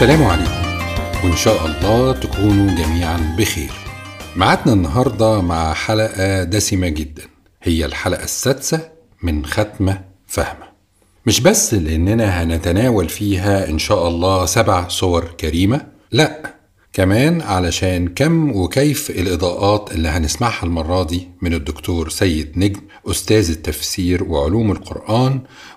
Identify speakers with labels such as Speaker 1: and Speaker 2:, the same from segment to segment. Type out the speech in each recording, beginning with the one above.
Speaker 1: السلام عليكم، وإن شاء الله تكونوا جميعا بخير. معادنا النهاردة مع حلقة دسمة جدا، هي الحلقة السادسة من ختمة فهمة. مش بس لأننا هنتناول فيها إن شاء الله 7 سور كريمة، لأ، كمان علشان كم وكيف الإضاءات اللي هنسمعها المرة دي من الدكتور سيد نجم أستاذ التفسير وعلوم القرآن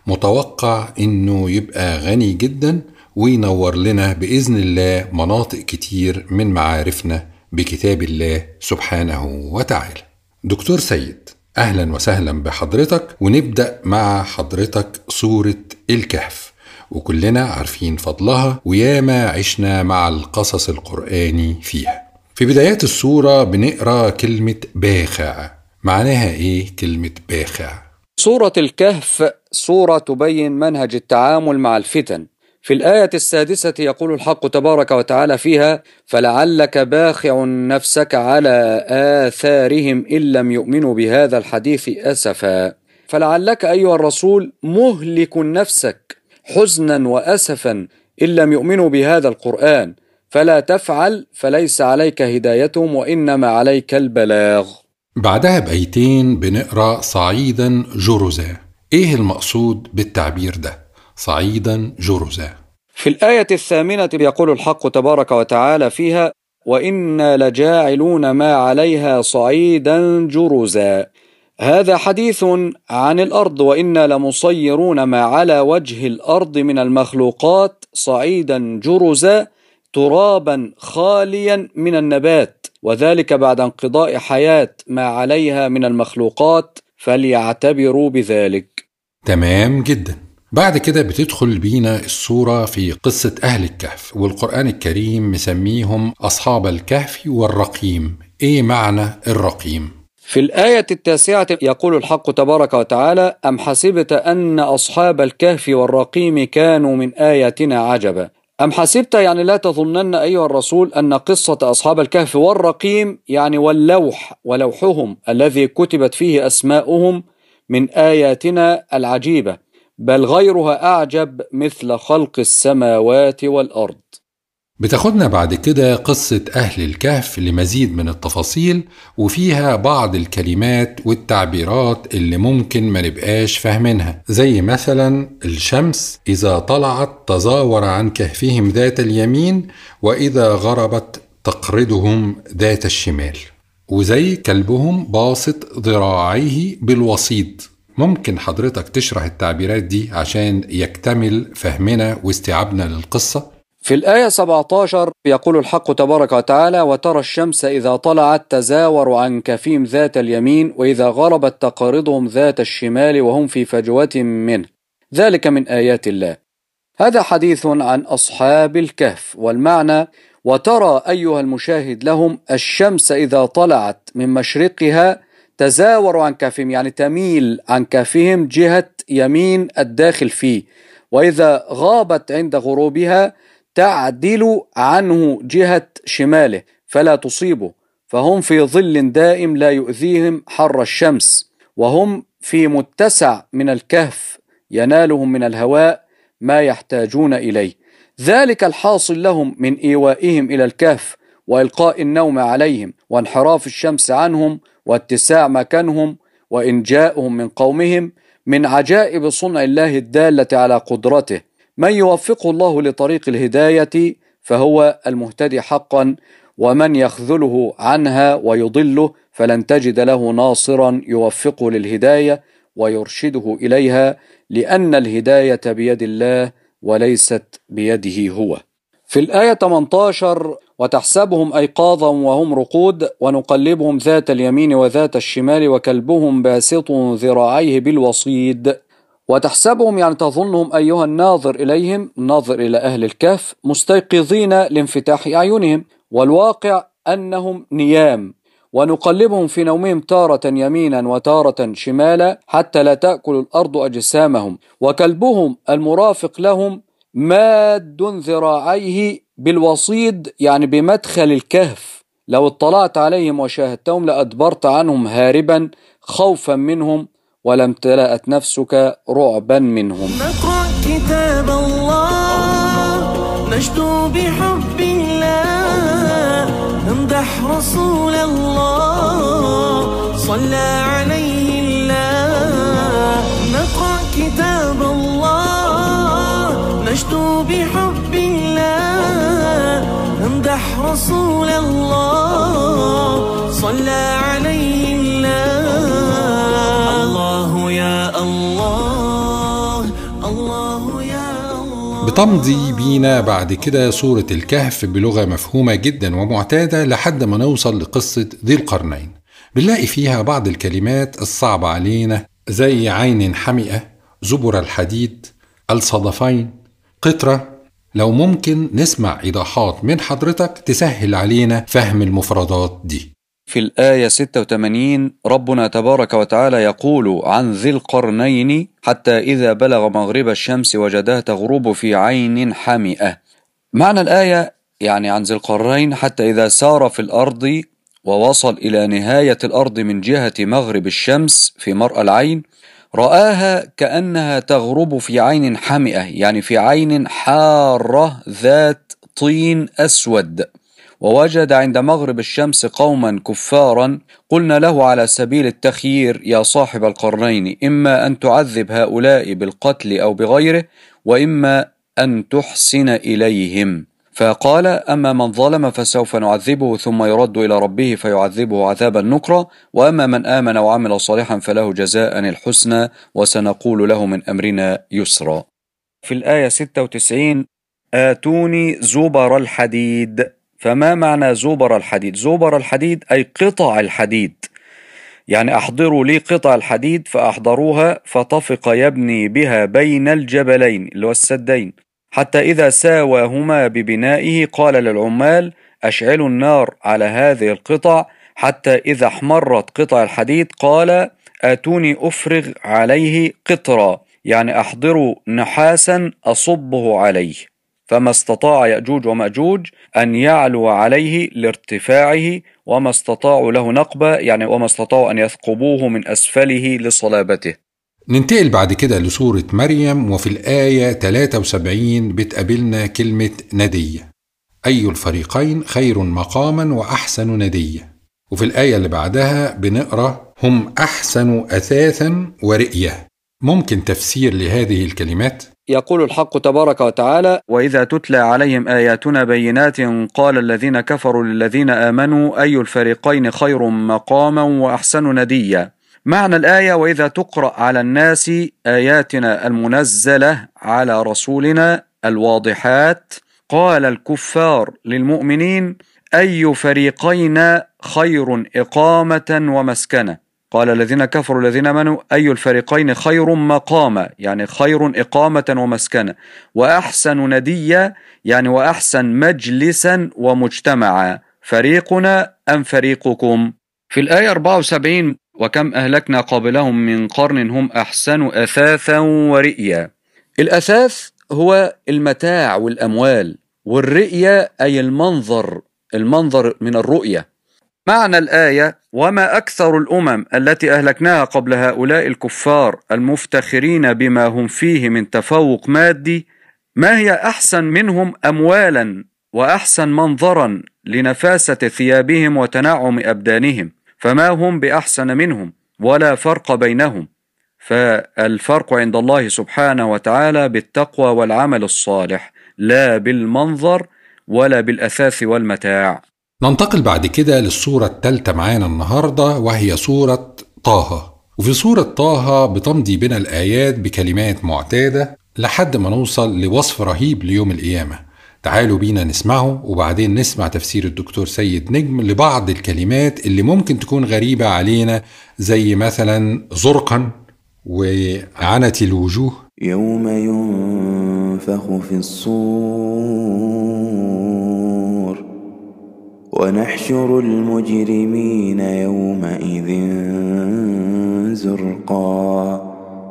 Speaker 1: متوقع إنه يبقى غني جدا وينور لنا بإذن الله مناطق كتير من معارفنا بكتاب الله سبحانه وتعالى. دكتور سيد، أهلا وسهلا بحضرتك، ونبدأ مع حضرتك سورة الكهف، وكلنا عارفين فضلها وياما عشنا مع القصص القرآني فيها. في بدايات السورة بنقرأ كلمة باخع. معناها إيه كلمة باخع؟
Speaker 2: سورة الكهف سورة تبين منهج التعامل مع الفتن. في الآية 6 يقول الحق تبارك وتعالى فيها: فلعلك باخع نفسك على آثارهم إن لم يؤمنوا بهذا الحديث أسفا. فلعلك أيها الرسول مهلك نفسك حزنا وأسفا إن لم يؤمنوا بهذا القرآن، فلا تفعل، فليس عليك هدايتهم وإنما عليك البلاغ.
Speaker 1: بعدها بأيتين بنقرأ صعيدا جرزا. إيه المقصود بالتعبير ده؟ صعيدا جرزا.
Speaker 2: في الآية 8 يقول الحق تبارك وتعالى فيها: وإنا لجاعلون ما عليها صعيدا جرزا. هذا حديث عن الأرض، وإنا لمصيرون ما على وجه الأرض من المخلوقات صعيدا جرزا، ترابا خاليا من النبات، وذلك بعد انقضاء حياة ما عليها من المخلوقات، فليعتبروا بذلك.
Speaker 1: تمام جدا. بعد كده بتدخل بينا السورة في قصة أهل الكهف، والقرآن الكريم مسميهم أصحاب الكهف والرقيم. إيه معنى الرقيم؟
Speaker 2: في الآية 9 يقول الحق تبارك وتعالى: أم حسبت أن أصحاب الكهف والرقيم كانوا من آياتنا عجبا. أم حسبت يعني لا تظنن أيها الرسول أن قصة أصحاب الكهف والرقيم يعني واللوح ولوحهم الذي كتبت فيه أسماؤهم من آياتنا العجيبة، بل غيرها أعجب مثل خلق السماوات والأرض.
Speaker 1: بتاخدنا بعد كده قصة أهل الكهف لمزيد من التفاصيل، وفيها بعض الكلمات والتعبيرات اللي ممكن ما نبقاش فاهمينها، زي مثلا الشمس إذا طلعت تزاور عن كهفهم ذات اليمين، وإذا غربت تقرضهم ذات الشمال، وزي كلبهم باسط ذراعيه بالوسيط. ممكن حضرتك تشرح التعبيرات دي عشان يكتمل فهمنا واستيعابنا للقصة؟
Speaker 2: في الآية 17 يقول الحق تبارك وتعالى: وترى الشمس إذا طلعت تزاور عن كهفهم ذات اليمين، وإذا غربت تقرضهم ذات الشمال وهم في فجوة منه، ذلك من آيات الله. هذا حديث عن أصحاب الكهف، والمعنى: وترى أيها المشاهد لهم الشمس إذا طلعت من مشرقها تزاور عن كهفهم، يعني تميل عن كهفهم جهة يمين الداخل فيه، وإذا غابت عند غروبها تعدل عنه جهة شماله فلا تصيبه، فهم في ظل دائم لا يؤذيهم حر الشمس، وهم في متسع من الكهف ينالهم من الهواء ما يحتاجون إليه. ذلك الحاصل لهم من إيوائهم إلى الكهف وإلقاء النوم عليهم وانحراف الشمس عنهم واتساع مكانهم وإنجاؤهم من قومهم، من عجائب صنع الله الدالة على قدرته. من يوفقه الله لطريق الهداية فهو المهتدي حقا، ومن يخذله عنها ويضله فلن تجد له ناصرا يوفقه للهداية ويرشده إليها، لأن الهداية بيد الله وليست بيده هو. في الآية 18: وتحسبهم أيقاظا وهم رقود، ونقلبهم ذات اليمين وذات الشمال، وكلبهم باسط ذراعيه بالوصيد. وتحسبهم يعني تظنهم أيها الناظر إليهم، الناظر إلى أهل الكهف، مستيقظين لانفتاح أعينهم، والواقع أنهم نيام. ونقلبهم في نومهم تارة يمينا وتارة شمالا حتى لا تأكل الأرض أجسامهم. وكلبهم المرافق لهم ماد ذراعيه بالوصيد، يعني بمدخل الكهف. لو اطلعت عليهم وشاهدتهم لأدبرت عنهم هاربا خوفا منهم، ولم تلأت نفسك رعبا منهم.
Speaker 3: نقرأ كتاب الله نشدو بحب الله، نمدح رسول الله صلى عليه الله، نقرأ كتاب الله، نشدو بحب الله، نمدح رسول الله صلى عليه الله. الله يا الله، الله يا الله.
Speaker 1: بتمضي بينا بعد كده سورة الكهف بلغة مفهومة جدا ومعتادة لحد ما نوصل لقصة ذي القرنين. بنلاقي فيها بعض الكلمات الصعبة علينا زي عين حمئة، زبر الحديد، الصدفين، قطرة. لو ممكن نسمع إيضاحات من حضرتك تسهل علينا فهم المفردات دي.
Speaker 2: في الآية 86 ربنا تبارك وتعالى يقول عن ذي القرنين: حتى إذا بلغ مغرب الشمس وجدها تغرب في عين حمئة. معنى الآية يعني عن ذي القرنين حتى إذا سار في الأرض ووصل إلى نهاية الأرض من جهة مغرب الشمس في مرأى العين، رآها كأنها تغرب في عين حمئة، يعني في عين حارة ذات طين أسود. ووجد عند مغرب الشمس قوما كفارا، قلنا له على سبيل التخيير: يا صاحب القرنين، إما أن تعذب هؤلاء بالقتل أو بغيره، وإما أن تحسن إليهم. فقال: أما من ظلم فسوف نعذبه ثم يرد إلى ربه فيعذبه عذابا نكرا، وأما من آمن وعمل صالحا فله جزاء الحسنى وسنقول له من أمرنا يسرا. في الآية 96: آتوني زبر الحديد. فما معنى زبر الحديد؟ زبر الحديد أي قطع الحديد، يعني أحضروا لي قطع الحديد، فأحضروها فطفق يبني بها بين الجبلين اللي هو السدين، حتى إذا ساواهما ببنائه قال للعمال: أشعلوا النار على هذه القطع، حتى إذا احمرت قطع الحديد قال: آتوني أفرغ عليه قطرا، يعني أحضروا نحاسا أصبه عليه. فما استطاع يأجوج ومأجوج أن يعلو عليه لارتفاعه، وما استطاعوا له نقبة، يعني وما استطاعوا أن يثقبوه من أسفله لصلابته.
Speaker 1: ننتقل بعد كده لسورة مريم، وفي الآية 73 بتقابلنا كلمة ندية: أي الفريقين خير مقاما وأحسن ندية. وفي الآية اللي بعدها بنقرأ: هم أحسن أثاثا ورئية. ممكن تفسير لهذه الكلمات؟
Speaker 2: يقول الحق تبارك وتعالى: وإذا تتلى عليهم آياتنا بينات قال الذين كفروا للذين آمنوا أي الفريقين خير مقاما وأحسن نديا. معنى الآية: وإذا تقرأ على الناس آياتنا المنزلة على رسولنا الواضحات قال الكفار للمؤمنين: أي فريقين خير إقامة ومسكنة. قال الذين كفروا الذين آمنوا أي الفريقين خير مقاما، يعني خير إقامة ومسكنة، وأحسن نديا، يعني وأحسن مجلسا ومجتمعا، فريقنا أم فريقكم. في الآية 74: وكم أهلكنا قبلهم من قرن هم أحسن أثاثا ورئيا. الأثاث هو المتاع والأموال، والرئية أي المنظر من الرؤية. معنى الآية: وما أكثر الأمم التي أهلكناها قبل هؤلاء الكفار المفتخرين بما هم فيه من تفوق مادي، ما هي أحسن منهم أموالا وأحسن منظرا لنفاسة ثيابهم وتنعم أبدانهم، فما هم بأحسن منهم ولا فرق بينهم. فالفرق عند الله سبحانه وتعالى بالتقوى والعمل الصالح، لا بالمنظر ولا بالأثاث والمتاع.
Speaker 1: ننتقل بعد كده للسورة الثالثة معانا النهاردة، وهي سورة طه. وفي سورة طه بتمضي بنا الآيات بكلمات معتادة لحد ما نوصل لوصف رهيب ليوم القيامة. تعالوا بينا نسمعه، وبعدين نسمع تفسير الدكتور سيد نجم لبعض الكلمات اللي ممكن تكون غريبة علينا، زي مثلا زرقا وعنت الوجوه.
Speaker 4: يوم ينفخ في الصور ونحشر المجرمين يومئذ زرقا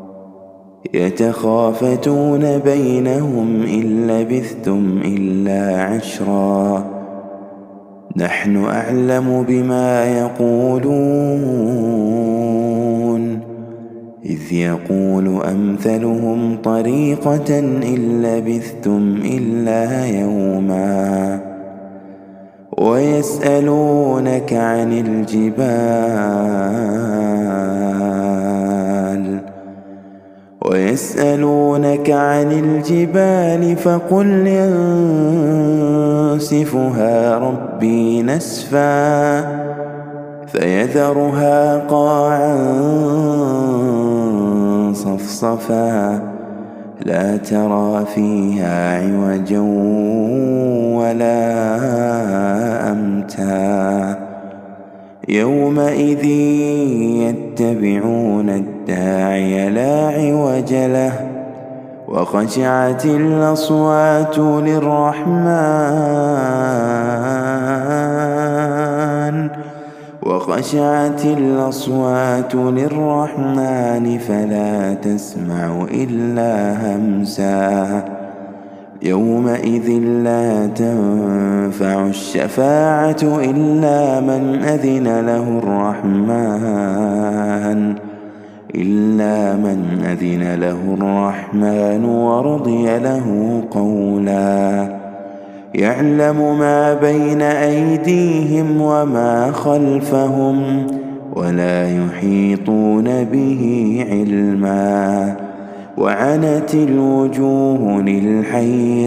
Speaker 4: يتخافتون بينهم إن لبثتم إلا عشرا نحن أعلم بما يقولون إذ يقول أمثلهم طريقة إن لبثتم إلا يوما ويسألونك عن الجبال فقل ينسفها ربي نسفا فيذرها قاعا صفصفا لا ترى فيها عوجا ولا أمتا يومئذ يتبعون الداعي لا عوج له وخشعت الأصوات للرحمن فلا تسمع إلا همسا يومئذ لا تنفع الشفاعة إلا من أذن له الرحمن ورضي له قولا يعلم ما بين أيديهم وما خلفهم ولا يحيطون به علما وعنت الوجوه للحي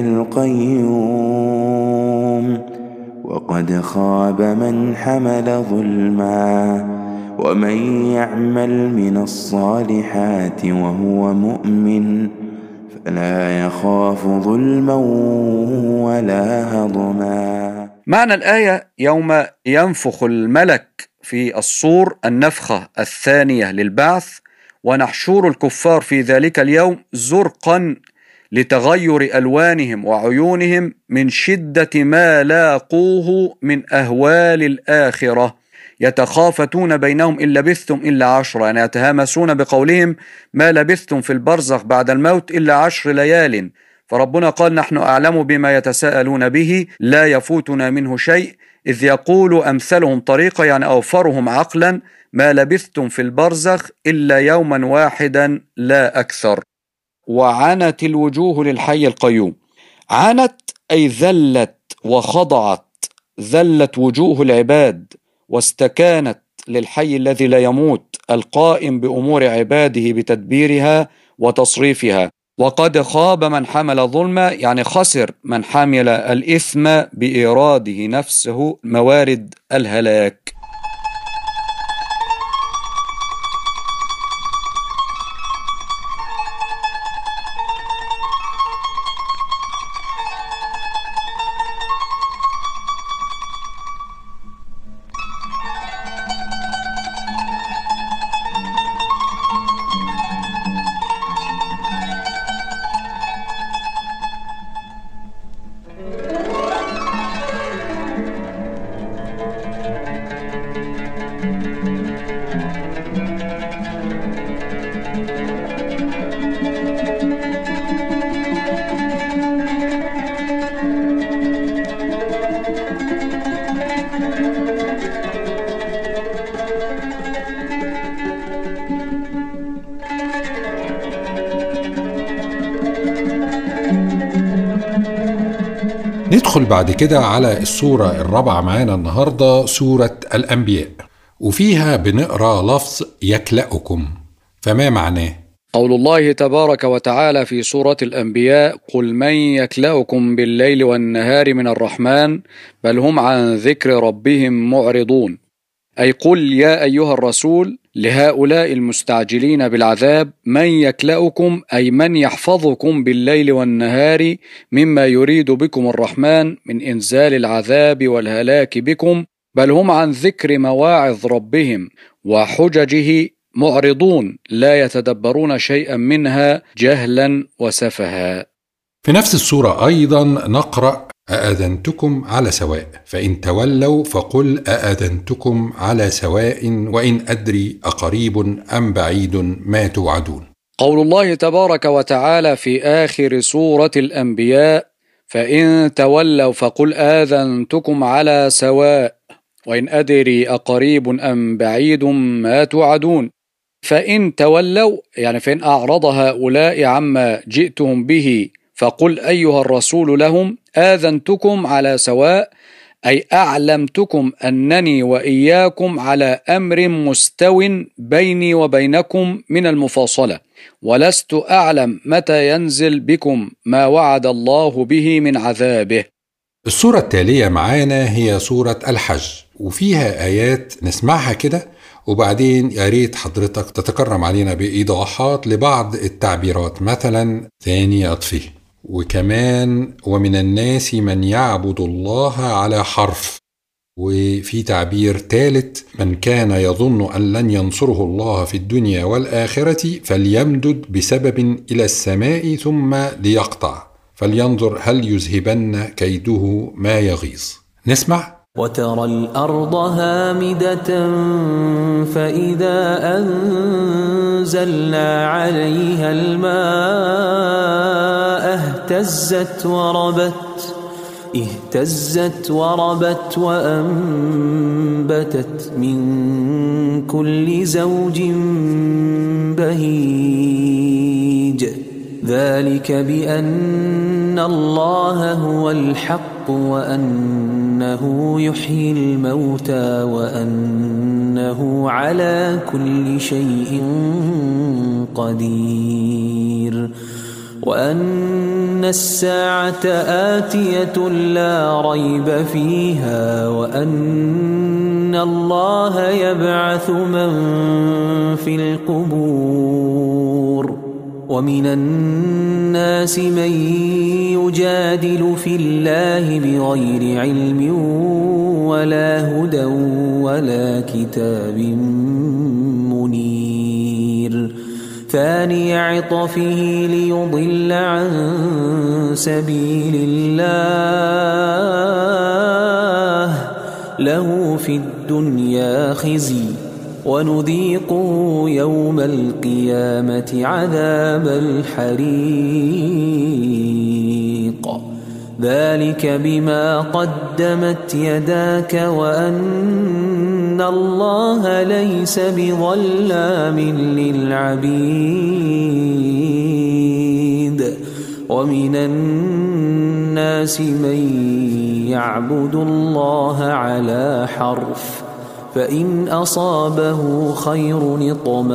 Speaker 4: القيوم وقد خاب من حمل ظلما ومن يعمل من الصالحات وهو مؤمن فلا يخاف ظلما ولا هضما.
Speaker 2: معنى الآية: يوم ينفخ الملك في الصور النفخة الثانية للبعث ونحشر الكفار في ذلك اليوم زرقا لتغير ألوانهم وعيونهم من شدة ما لاقوه من أهوال الآخرة يتخافتون بينهم إن لبثتم إلا 10، يعني يتهامسون بقولهم ما لبثتم في البرزخ بعد الموت إلا 10 ليال. فربنا قال: نحن أعلم بما يتساءلون به لا يفوتنا منه شيء. إذ يقول أمثلهم طريقة، يعني أوفرهم عقلا، ما لبثتم في البرزخ إلا يوما واحدا لا أكثر. وعنت الوجوه للحي القيوم. عنت أي ذلت وخضعت، ذلت وجوه العباد واستكانت للحي الذي لا يموت القائم بأمور عباده بتدبيرها وتصريفها. وقد خاب من حمل ظلما، يعني خسر من حمل الإثم بإراده نفسه موارد الهلاك.
Speaker 1: ندخل بعد كده على السورة الرابعة معانا النهاردة، سورة الأنبياء، وفيها بنقرأ لفظ يكلأكم، فما معناه؟
Speaker 2: قول الله تبارك وتعالى في سورة الأنبياء: قل من يكلأكم بالليل والنهار من الرحمن بل هم عن ذكر ربهم معرضون. أي قل يا أيها الرسول لهؤلاء المستعجلين بالعذاب: من يكلأكم أي من يحفظكم بالليل والنهار مما يريد بكم الرحمن من إنزال العذاب والهلاك بكم، بل هم عن ذكر مواعظ ربهم وحججه معرضون لا يتدبرون شيئا منها جهلا وسفها.
Speaker 1: في نفس السورة أيضا نقرأ: أأذنتكم على سواء فإن تولوا فقل أأذنتكم على سواء وإن أدري أقريب أم بعيد ما توعدون.
Speaker 2: قول الله تبارك وتعالى في آخر سورة الأنبياء: فإن تولوا فقل آذنتكم على سواء وإن أدري أقريب أم بعيد ما توعدون. فإن تولوا يعني فإن أعرض هؤلاء عما جئتهم به فقل أيها الرسول لهم آذنتكم على سواء، أي أعلمتكم أنني وإياكم على أمر مستو بيني وبينكم من المفاصلة، ولست أعلم متى ينزل بكم ما وعد الله به من عذابه.
Speaker 1: السورة التالية معانا هي سورة الحج، وفيها آيات نسمعها كده وبعدين يا ريت حضرتك تتكرم علينا بإيضاحات لبعض التعبيرات، مثلا ثاني عطفه، وكمان ومن الناس من يعبد الله على حرف، وفي تعبير ثالث من كان يظن أن لن ينصره الله في الدنيا والآخرة فليمدد بسبب إلى السماء ثم ليقطع فلينظر هل يذهبن كيده ما يغيظ. نسمع.
Speaker 3: وترى الأرض هامدة فإذا أنزلنا عليها الماء اهتزت وربت وأنبتت من كل زوج بهيج، ذلك بأن الله هو الحق وأنه يحيي الموتى وأنه على كل شيء قدير، وأن الساعة آتية لا ريب فيها، وأن الله يبعث من في القبور، ومن الناس من يجادل في الله بغير علم ولا هدى ولا كتاب منير، ثاني عطفه ليضل عن سبيل الله، له في الدنيا خزي ونذيقه يوم القيامة عذاب الحريق، ذلك بما قدمت يداك وأن الله ليس بظلام للعبيد، ومن الناس من يعبد الله على حرف، فإن أصابه خير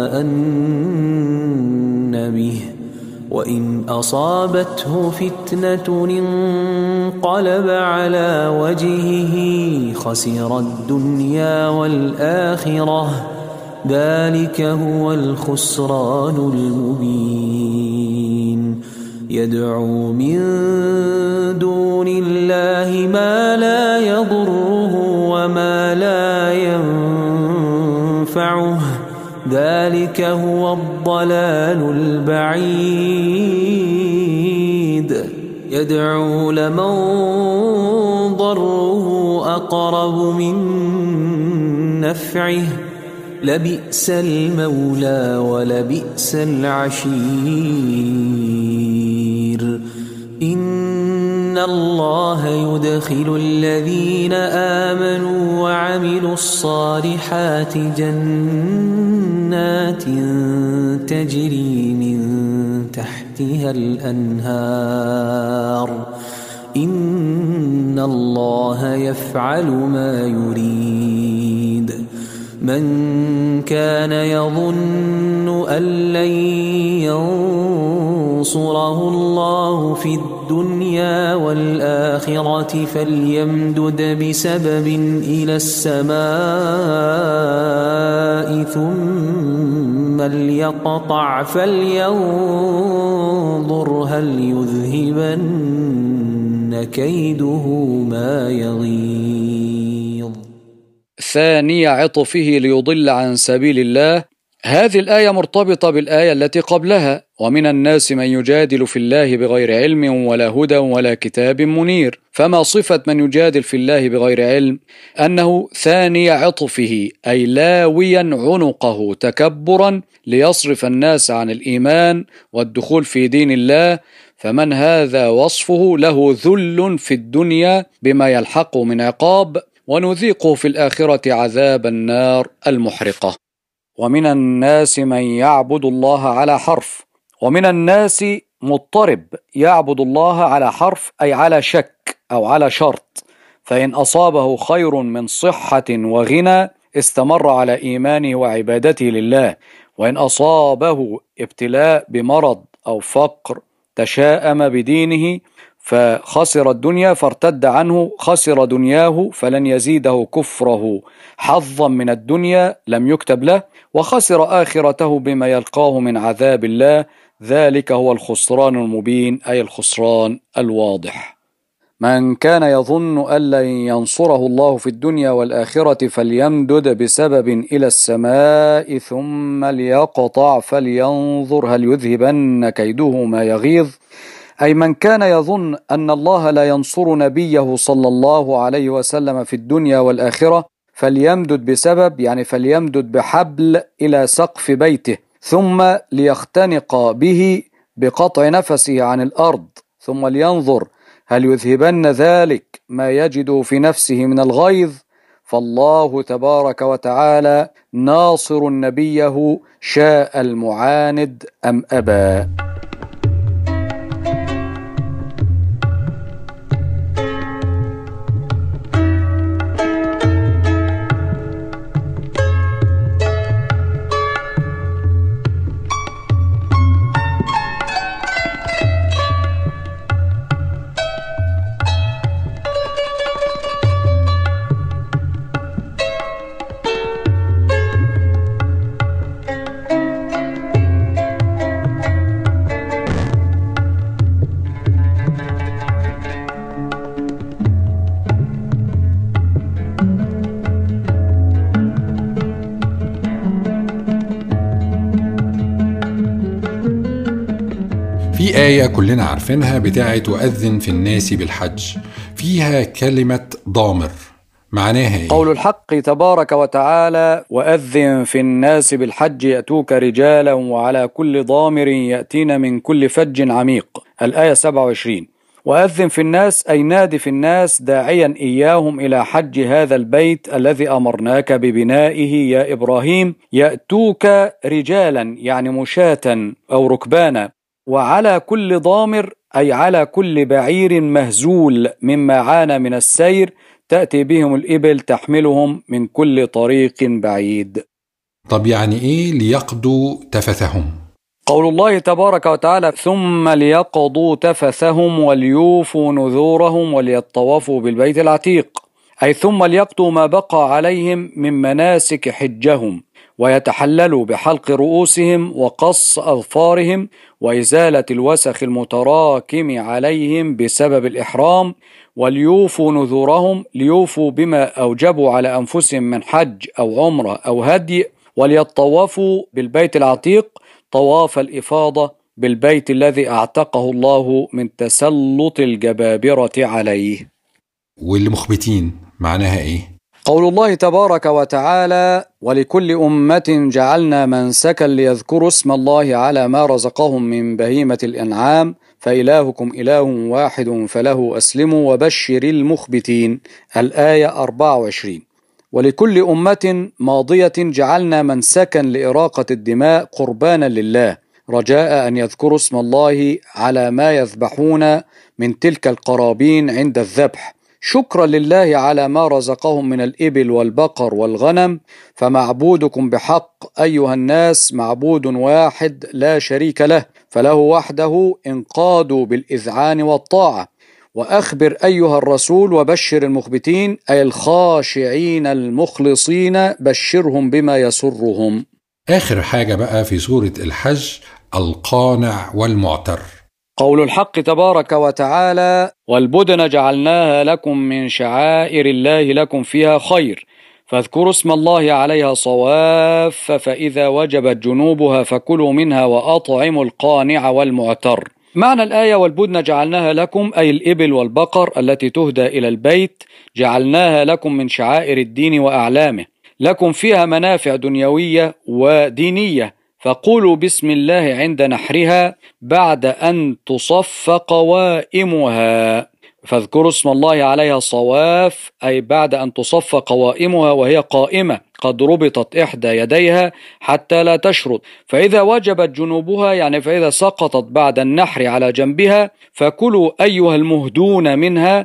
Speaker 3: اطمأن به، وإن أصابته فتنة انقلب على وجهه خسر الدنيا والآخرة، ذلك هو الخسران المبين، يدعو من دون الله ما لا يضره وما لا ينفعه، ذلك هو الضلال البعيد، يدعو لمن ضره أقرب من نفعه، لبئس المولى ولبئس العشير، إن الله يدخل الذين آمنوا وعملوا الصالحات جنات تجري من تحتها الأنهار، إن الله يفعل ما يريد، من كان يظن أن لن ينصره الله في الدنيا والآخرة فليمدد بسبب إلى السماء ثم ليقطع فلينظر هل يذهبن كيده ما يغيظ.
Speaker 2: ثاني عطفه ليضل عن سبيل الله، هذه الآية مرتبطة بالآية التي قبلها، ومن الناس من يجادل في الله بغير علم ولا هدى ولا كتاب منير، فما صفة من يجادل في الله بغير علم؟ أنه ثاني عطفه، أي لاويا عنقه تكبرا ليصرف الناس عن الإيمان والدخول في دين الله، فمن هذا وصفه له ذل في الدنيا بما يلحقه من عقاب، ونذيقه في الآخرة عذاب النار المحرقة. ومن الناس من يعبد الله على حرف. ومن الناس مضطرب يعبد الله على حرف أي على شك أو على شرط، فإن أصابه خير من صحة وغنى استمر على إيمانه وعبادته لله، وإن أصابه ابتلاء بمرض أو فقر تشاءم بدينه فخسر الدنيا فارتد عنه، خسر دنياه فلن يزيده كفره حظا من الدنيا لم يكتب له، وخسر آخرته بما يلقاه من عذاب الله، ذلك هو الخسران المبين أي الخسران الواضح. من كان يظن أن لن ينصره الله في الدنيا والآخرة فليمدد بسبب إلى السماء ثم ليقطع فلينظر هل يذهبن كيده ما يغيظ، أي من كان يظن أن الله لا ينصر نبيه صلى الله عليه وسلم في الدنيا والآخرة فليمدد بسبب، يعني فليمدد بحبل إلى سقف بيته ثم ليختنق به بقطع نفسه عن الأرض، ثم لينظر هل يذهبن ذلك ما يجد في نفسه من الغيظ، فالله تبارك وتعالى ناصر نبيه شاء المعاند أم أبى.
Speaker 1: في آية كلنا عارفينها بتاعت وأذن في الناس بالحج، فيها كلمة ضامر، معناها إيه؟
Speaker 2: قول الحق تبارك وتعالى: وأذن في الناس بالحج يأتوك رجالا وعلى كل ضامر يأتين من كل فج عميق، الآية 27. وأذن في الناس أي نادي في الناس داعيا إياهم إلى حج هذا البيت الذي أمرناك ببنائه يا إبراهيم، يأتوك رجالا يعني مشاة أو ركبانا، وعلى كل ضامر أي على كل بعير مهزول مما عانى من السير تأتي بهم الإبل تحملهم من كل طريق بعيد.
Speaker 1: طب يعني إيه ليقضوا تفثهم؟
Speaker 2: قول الله تبارك وتعالى: ثم ليقضوا تفثهم وليوفوا نذورهم وليطوفوا بالبيت العتيق، أي ثم ليقضوا ما بقى عليهم من مناسك حجهم، ويتحللوا بحلق رؤوسهم وقص أظفارهم وإزالة الوسخ المتراكم عليهم بسبب الإحرام، وليوفوا نذورهم ليوفوا بما أوجبوا على أنفسهم من حج أو عمرة أو هدي، وليطوفوا بالبيت العتيق طواف الإفاضة بالبيت الذي أعتقه الله من تسلط الجبابرة عليه.
Speaker 1: واللي مخبتين معناها إيه؟
Speaker 2: قول الله تبارك وتعالى: ولكل أمة جعلنا منسكا ليذكروا اسم الله على ما رزقهم من بهيمة الأنعام فإلهكم إله واحد فله أسلموا وبشر المخبتين، الآية 24. ولكل أمة ماضية جعلنا منسكا لإراقة الدماء قربانا لله رجاء أن يذكروا اسم الله على ما يذبحون من تلك القرابين عند الذبح شكرا لله على ما رزقهم من الإبل والبقر والغنم، فمعبودكم بحق أيها الناس معبود واحد لا شريك له، فله وحده انقادوا بالإذعان والطاعة. وأخبر أيها الرسول وبشر المخبتين أي الخاشعين المخلصين، بشرهم بما يسرهم.
Speaker 1: آخر حاجة بقى في سورة الحج القانع والمعتر.
Speaker 2: قول الحق تبارك وتعالى: والبدن جعلناها لكم من شعائر الله لكم فيها خير فاذكروا اسم الله عليها صواف فإذا وجبت جنوبها فكلوا منها وأطعموا القانع والمعتر. معنى الآية: والبدن جعلناها لكم أي الإبل والبقر التي تهدى إلى البيت جعلناها لكم من شعائر الدين وأعلامه، لكم فيها منافع دنيوية ودينية، فقولوا بسم الله عند نحرها بعد أن تصف قوائمها، فاذكروا اسم الله عليها صواف، أي بعد أن تصف قوائمها وهي قائمة قد ربطت إحدى يديها حتى لا تشرد، فإذا وجبت جنوبها يعني فإذا سقطت بعد النحر على جنبها فكلوا أيها المهدون منها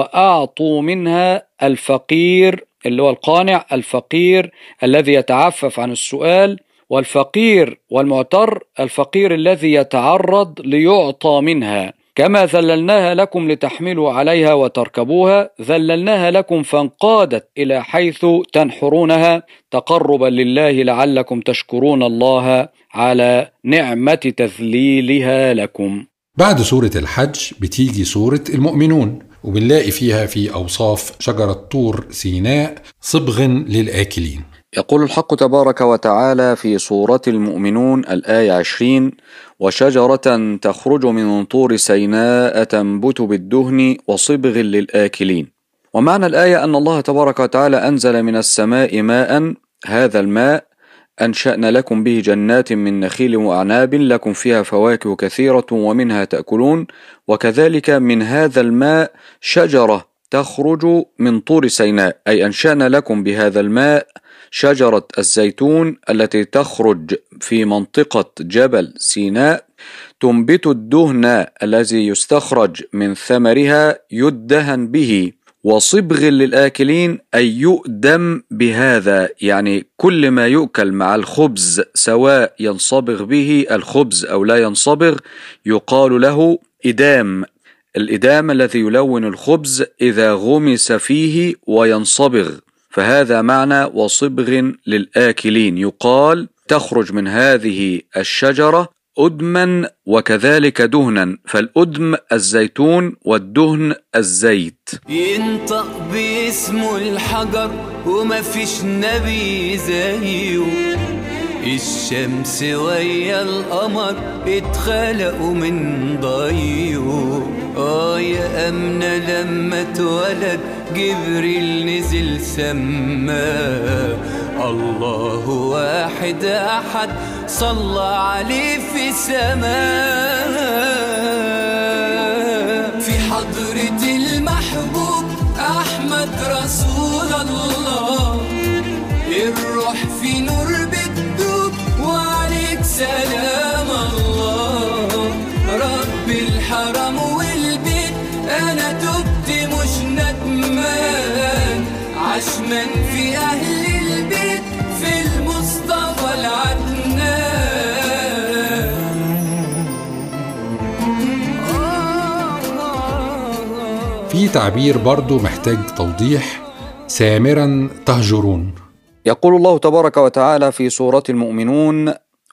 Speaker 2: وأعطوا منها الفقير اللي هو القانع، الفقير الذي يتعفف عن السؤال، والفقير والمعتر الفقير الذي يتعرض ليعطى منها. كما ذللناها لكم لتحملوا عليها وتركبوها، ذللناها لكم فانقادت إلى حيث تنحرونها تقربا لله لعلكم تشكرون الله على نعمة تذليلها لكم.
Speaker 1: بعد سورة الحج بتيجي سورة المؤمنون، وبنلاقي فيها في أوصاف شجرة طور سيناء صبغ للآكلين.
Speaker 2: يقول الحق تبارك وتعالى في سورة المؤمنون الآية 20: وشجرة تخرج من طور سيناء تنبت بالدهن وصبغ للآكلين. ومعنى الآية أن الله تبارك وتعالى أنزل من السماء ماء، هذا الماء أنشأنا لكم به جنات من نخيل وأعناب لكم فيها فواكه كثيرة ومنها تأكلون، وكذلك من هذا الماء شجرة تخرج من طور سيناء، أي أنشأنا لكم بهذا الماء شجرة الزيتون التي تخرج في منطقة جبل سيناء تنبت الدهن الذي يستخرج من ثمرها يدهن به، وصبغ للآكلين أي يؤدم بهذا، يعني كل ما يؤكل مع الخبز سواء ينصبغ به الخبز أو لا ينصبغ يقال له إدام. الإدام الذي يلون الخبز إذا غمس فيه وينصبغ، فهذا معنى وصبغ للآكلين. يقال تخرج من هذه الشجرة أدما وكذلك دهنا، فالأدم الزيتون والدهن الزيت.
Speaker 5: ينطق باسمه الحجر وما فيش نبي زيه، الشمس ويا القمر اتخلقوا من ضيه. يا أمنة لما اتولد جبريل نزل سما، الله واحد أحد صلى عليه في السماء. في حضرة المحبوب أحمد رسول الله، الروح في نور بتدوب وعليك سلام الله. رب الحرم والبيت أنا تبت مش ندمان، عشمان في أهل البيت في المصطفى العدنان.
Speaker 1: في تعبير برضو محتاج توضيح: سامرا تهجرون.
Speaker 2: يقول الله تبارك وتعالى في سورة المؤمنون: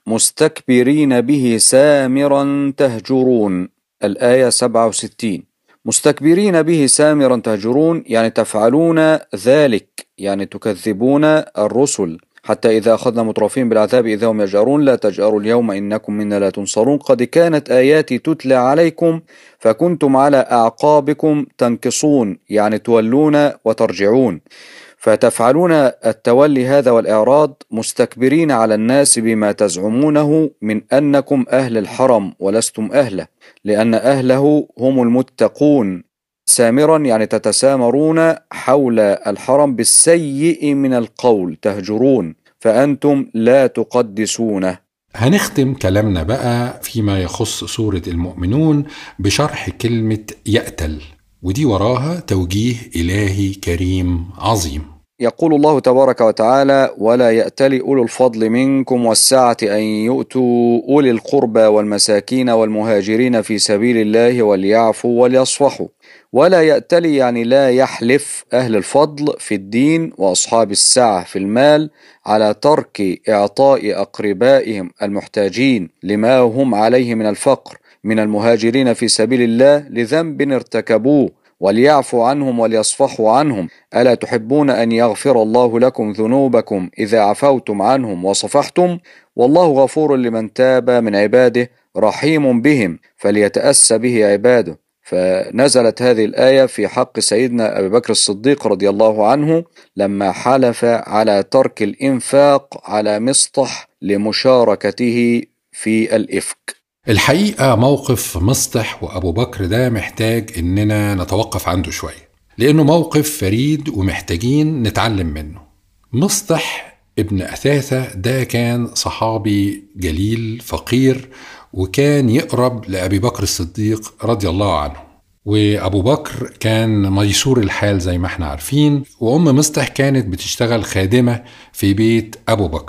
Speaker 2: مستكبرين به سامرا تهجرون، الآية 67. مستكبرين به سامرا تهجرون يعني تفعلون ذلك، يعني تكذبون الرسل، حتى إذا أخذنا مترفين بالعذاب إذا هم يجأرون لا تجأروا اليوم إنكم منا لا تنصرون، قد كانت آياتي تتلى عليكم فكنتم على أعقابكم تنكصون، يعني تولون وترجعون. فتفعلون التولي هذا والإعراض مستكبرين على الناس بما تزعمونه من أنكم أهل الحرم ولستم أهله، لأن أهله هم المتقون. سامرا يعني تتسامرون حول الحرم بالسيء من القول، تهجرون فأنتم لا تقدسونه.
Speaker 1: هنختم كلامنا بقى فيما يخص سورة المؤمنون بشرح كلمة يأتل، ودي وراها توجيه إلهي كريم عظيم.
Speaker 2: يقول الله تبارك وتعالى: ولا يأتل أولو الفضل منكم والسعة أن يؤتوا أولي القربى والمساكين والمهاجرين في سبيل الله وليعفوا وليصفحوا. ولا يأتل يعني لا يحلف أهل الفضل في الدين وأصحاب السعة في المال على ترك إعطاء أقربائهم المحتاجين لما هم عليه من الفقر من المهاجرين في سبيل الله لذنب ارتكبوه، وليعفوا عنهم وليصفحوا عنهم. ألا تحبون أن يغفر الله لكم ذنوبكم إذا عفوتم عنهم وصفحتم؟ والله غفور لمن تاب من عباده رحيم بهم فليتأسى به عباده. فنزلت هذه الآية في حق سيدنا أبي بكر الصديق رضي الله عنه لما حلف على ترك الإنفاق على مصطح لمشاركته في الإفك.
Speaker 1: الحقيقة موقف مصطح وأبو بكر ده محتاج إننا نتوقف عنده شوية، لأنه موقف فريد ومحتاجين نتعلم منه. مصطح ابن أثاثة ده كان صحابي جليل فقير، وكان يقرب لأبي بكر الصديق رضي الله عنه، وأبو بكر كان ميسور الحال زي ما احنا عارفين، وأم مصطح كانت بتشتغل خادمة في بيت أبو بكر،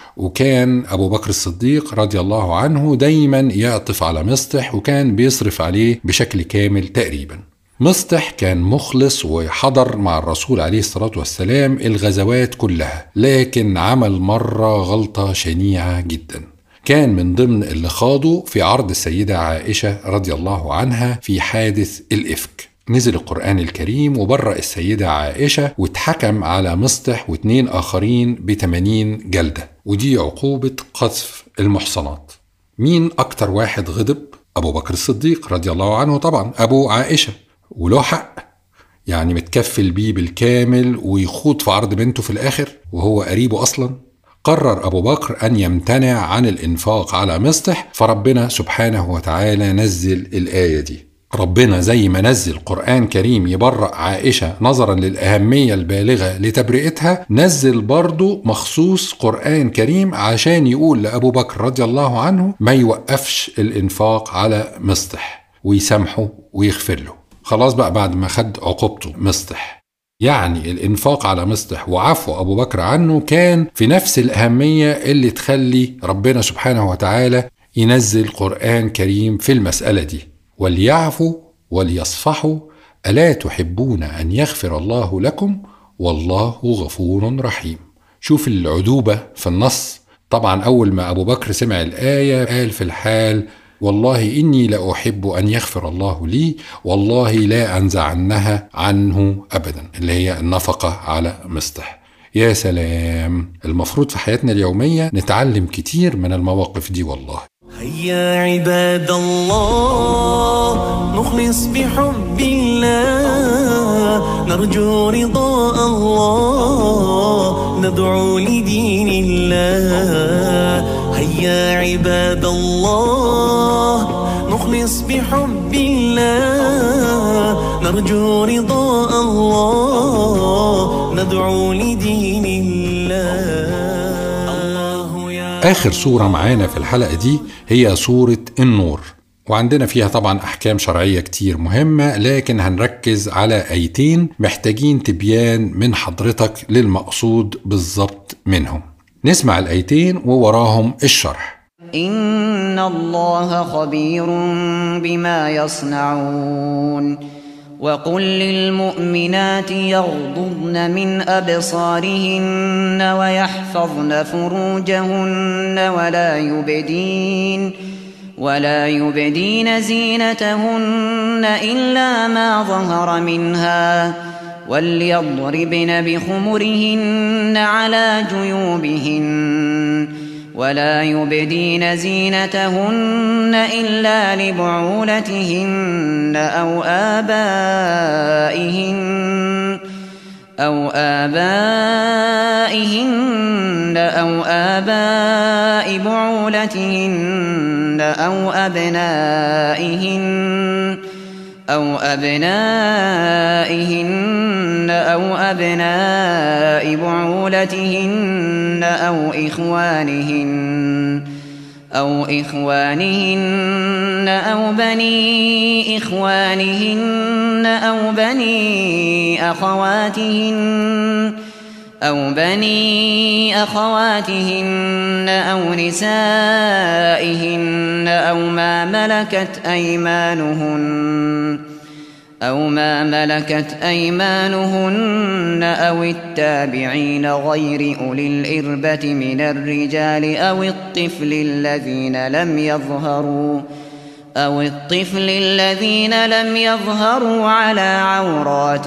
Speaker 1: وكان أبو بكر الصديق رضي الله عنه دايما يعطف على مصطح، وكان بيصرف عليه بشكل كامل تقريبا. مصطح كان مخلص وحضر مع الرسول عليه الصلاة والسلام الغزوات كلها، لكن عمل مرة غلطة شنيعة جدا. كان من ضمن اللي خاضوا في عرض السيدة عائشة رضي الله عنها في حادث الإفك. نزل القرآن الكريم وبرأ السيدة عائشة، واتحكم على مصطح و2 آخرين ب80 جلدة، ودي عقوبة قذف المحصنات. مين أكتر واحد غضب؟ أبو بكر الصديق رضي الله عنه، طبعا أبو عائشة، وله حق، يعني متكفل بيه بالكامل ويخوض في عرض بنته في الآخر وهو قريبه أصلا. قرر أبو بكر أن يمتنع عن الإنفاق على مصطح، فربنا سبحانه وتعالى نزل الآية دي. ربنا زي ما نزل قرآن كريم يبرأ عائشة نظرا للأهمية البالغة لتبرئتها، نزل برضو مخصوص قرآن كريم عشان يقول لأبو بكر رضي الله عنه ما يوقفش الإنفاق على مصطح ويسامحه ويغفر له. خلاص بقى بعد ما خد عقوبته مصطح، يعني الإنفاق على مصطح وعفو أبو بكر عنه كان في نفس الأهمية اللي تخلي ربنا سبحانه وتعالى ينزل قرآن كريم في المسألة دي. وليعفوا وليصفحوا ألا تحبون أن يغفر الله لكم والله غفور رحيم. شوف العدوبة في النص. طبعا أول ما أبو بكر سمع الآية قال في الحال والله إني لأحب أن يغفر الله لي والله لا أنزعنها عنه أبدا، اللي هي النفقة على مصطح. يا سلام، المفروض في حياتنا اليومية نتعلم كتير من المواقف دي والله.
Speaker 3: هيا عباد الله نخلص بحب الله، نرجو رضا الله، ندعو لدين الله. هيا عباد الله نخلص بحب الله، نرجو رضا الله، ندعو لدين الله.
Speaker 1: آخر سورة معانا في الحلقة دي هي سورة النور، وعندنا فيها طبعا أحكام شرعية كتير مهمة، لكن هنركز على آيتين محتاجين تبيان من حضرتك للمقصود بالضبط منهم. نسمع الآيتين ووراهم الشرح.
Speaker 6: إن الله خبير بما يصنعون وقل للمؤمنات يغضضن من أبصارهن ويحفظن فروجهن ولا يبدين زينتهن إلا ما ظهر منها وليضربن بخمرهن على جيوبهن ولا يبدين زينتهن إلا لبعولتهن أو آباء بعولتهن أو أبنائهن أو أبناء بعولتهن أو إخوانهن أو بني إخوانهن أو بني أخواتهن أو نسائهن أو ما ملكت أيمانهن أو التابعين غير أولي الإربة من الرجال أو الطفل الذين لم يظهروا على عورات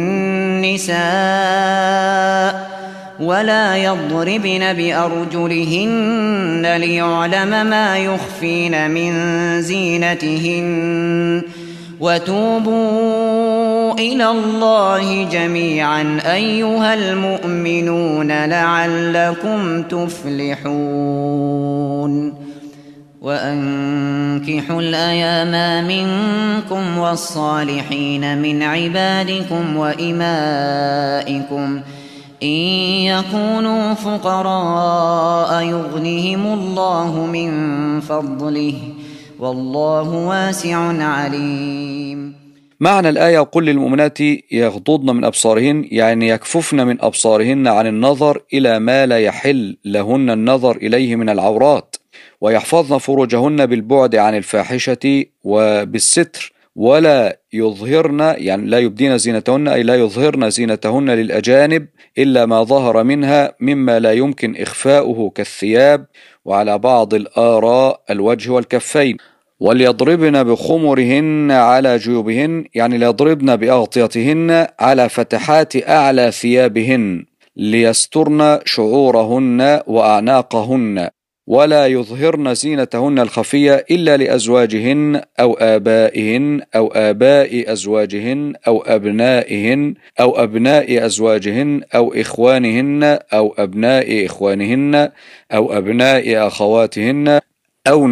Speaker 6: النساء ولا يضربن بأرجلهن ليعلم ما يخفين من زينتهن وتوبوا إلى الله جميعا أيها المؤمنون لعلكم تفلحون. وأنكحوا الأيام منكم والصالحين من عبادكم وإمائكم إن يكونوا فقراء يغنهم الله من فضله والله واسع عليم.
Speaker 2: معنى الآية: وقل للمؤمنات يغضضن من أبصارهن، يعني يكففن من أبصارهن عن النظر إلى ما لا يحل لهن النظر إليه من العورات، ويحفظن فروجهن بالبعد عن الفاحشة وبالستر، ولا يظهرن، يعني لا يبدين زينتهن، أي لا يظهرن زينتهن للأجانب إلا ما ظهر منها مما لا يمكن إخفاؤه كالثياب، وعلى بعض الآراء الوجه والكفين. وليضربن بخمرهن على جيوبهن، يعني ليضربن بأغطيتهن على فتحات أعلى ثيابهن ليسترن شعورهن وأعناقهن، ولا يظهرن زينتهن الخفية إلا لأزواجهن أو آبائهن أو آباء أزواجهن أو أبنائهن أو أبناء أزواجهن أو إخوانهن أو أبناء إخوانهن أو أبناء أخواتهن أو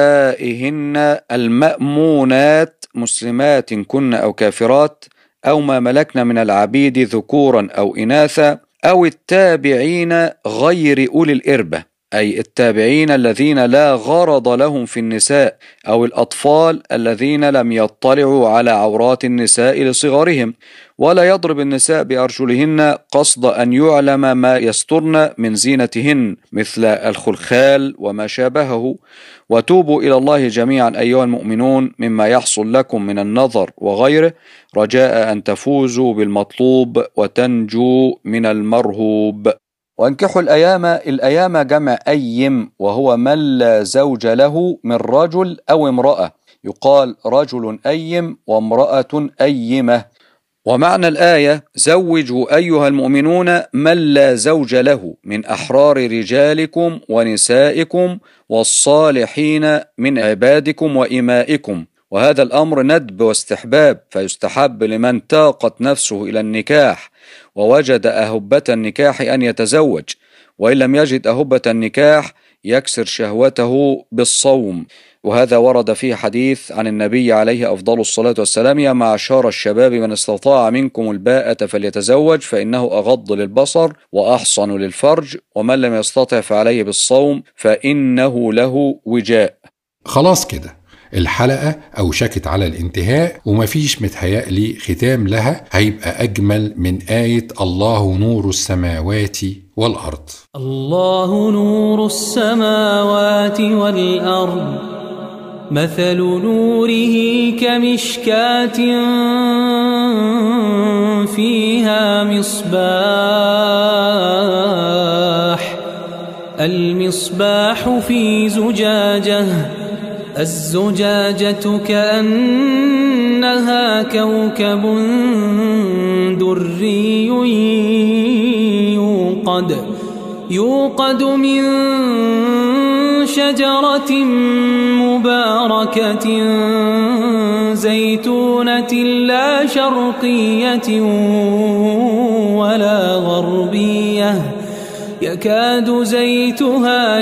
Speaker 2: نسائهن المأمونات مسلمات كن أو كافرات، أو ما ملكن من العبيد ذكورا أو إناثا، أو التابعين غير أولي الإربة، أي التابعين الذين لا غرض لهم في النساء، أو الأطفال الذين لم يطلعوا على عورات النساء لصغرهم. ولا يضرب النساء بأرجلهن قصد أن يعلم ما يسترن من زينتهن مثل الخلخال وما شابهه. وتوبوا إلى الله جميعا أيها المؤمنون مما يحصل لكم من النظر وغيره، رجاء أن تفوزوا بالمطلوب وتنجوا من المرهوب. وانكحوا الأيام جمع أيم، وهو من لا زوج له من رجل أو امرأة، يقال رجل أيم وامرأة أيمة. ومعنى الآية: زوجوا أيها المؤمنون من لا زوج له من أحرار رجالكم ونسائكم والصالحين من عبادكم وإمائكم. وهذا الأمر ندب واستحباب، فيستحب لمن تاقت نفسه إلى النكاح ووجد أهبة النكاح أن يتزوج، وإن لم يجد أهبة النكاح يكسر شهوته بالصوم. وهذا ورد فيه حديث عن النبي عليه أفضل الصلاة والسلام: يا معشر الشباب من استطاع منكم الباءة فليتزوج فإنه أغض للبصر وأحصن للفرج، ومن لم يستطع فعليه بالصوم فإنه له وجاء.
Speaker 1: خلاص كده الحلقة أوشكت على الانتهاء، ومفيش متهيألي ختام لها هيبقى أجمل من آية: الله نور السماوات والأرض.
Speaker 5: الله نور السماوات والأرض، مثل نوره كمشكاة فيها مصباح، المصباح في زجاجة، الزجاجة كأنها كوكب دري يوقد من شجرة مباركة زيتونة لا شرقية ولا غربية، يكاد زيتها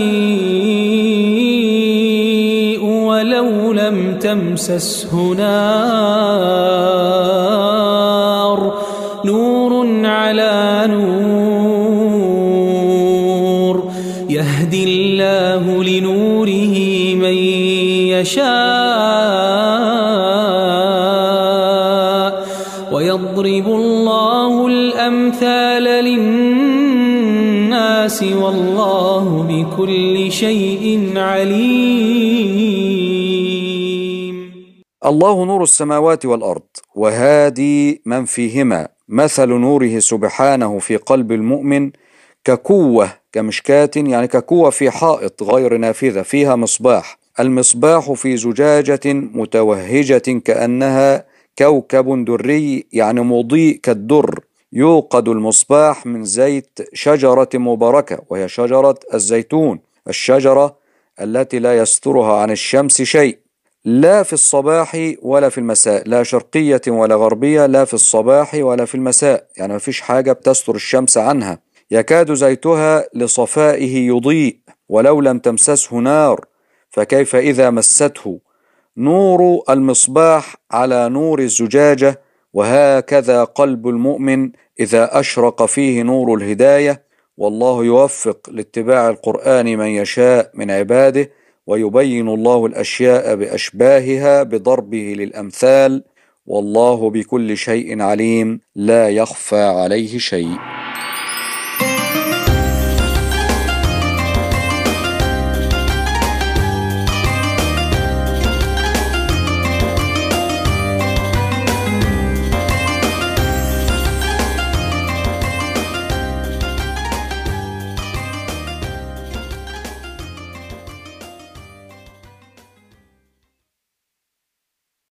Speaker 5: يضيء ولو لم تمسسه نار، نور على نور، يهدي الله لنوره من يشاء، ويضرب الله الأمثال للناس، والله بكل شيء عليم.
Speaker 2: الله نور السماوات والأرض وهادي من فيهما، مثل نوره سبحانه في قلب المؤمن ككوة، كمشكاة يعني ككوة في حائط غير نافذة فيها مصباح، المصباح في زجاجة متوهجة كأنها كوكب دري يعني مضيء كالدر، يوقد المصباح من زيت شجرة مباركة وهي شجرة الزيتون، الشجرة التي لا يسترها عن الشمس شيء، لا في الصباح ولا في المساء، لا شرقية ولا غربية، لا في الصباح ولا في المساء، يعني ما فيش حاجة بتستر الشمس عنها، يكاد زيتها لصفائه يضيء ولو لم تمسسه نار، فكيف إذا مسته نور المصباح على نور الزجاجة؟ وهكذا قلب المؤمن إذا أشرق فيه نور الهداية. والله يوفق لاتباع القرآن من يشاء من عباده، ويبين الله الأشياء بأشباهها بضربه للأمثال، والله بكل شيء عليم، لا يخفى عليه شيء.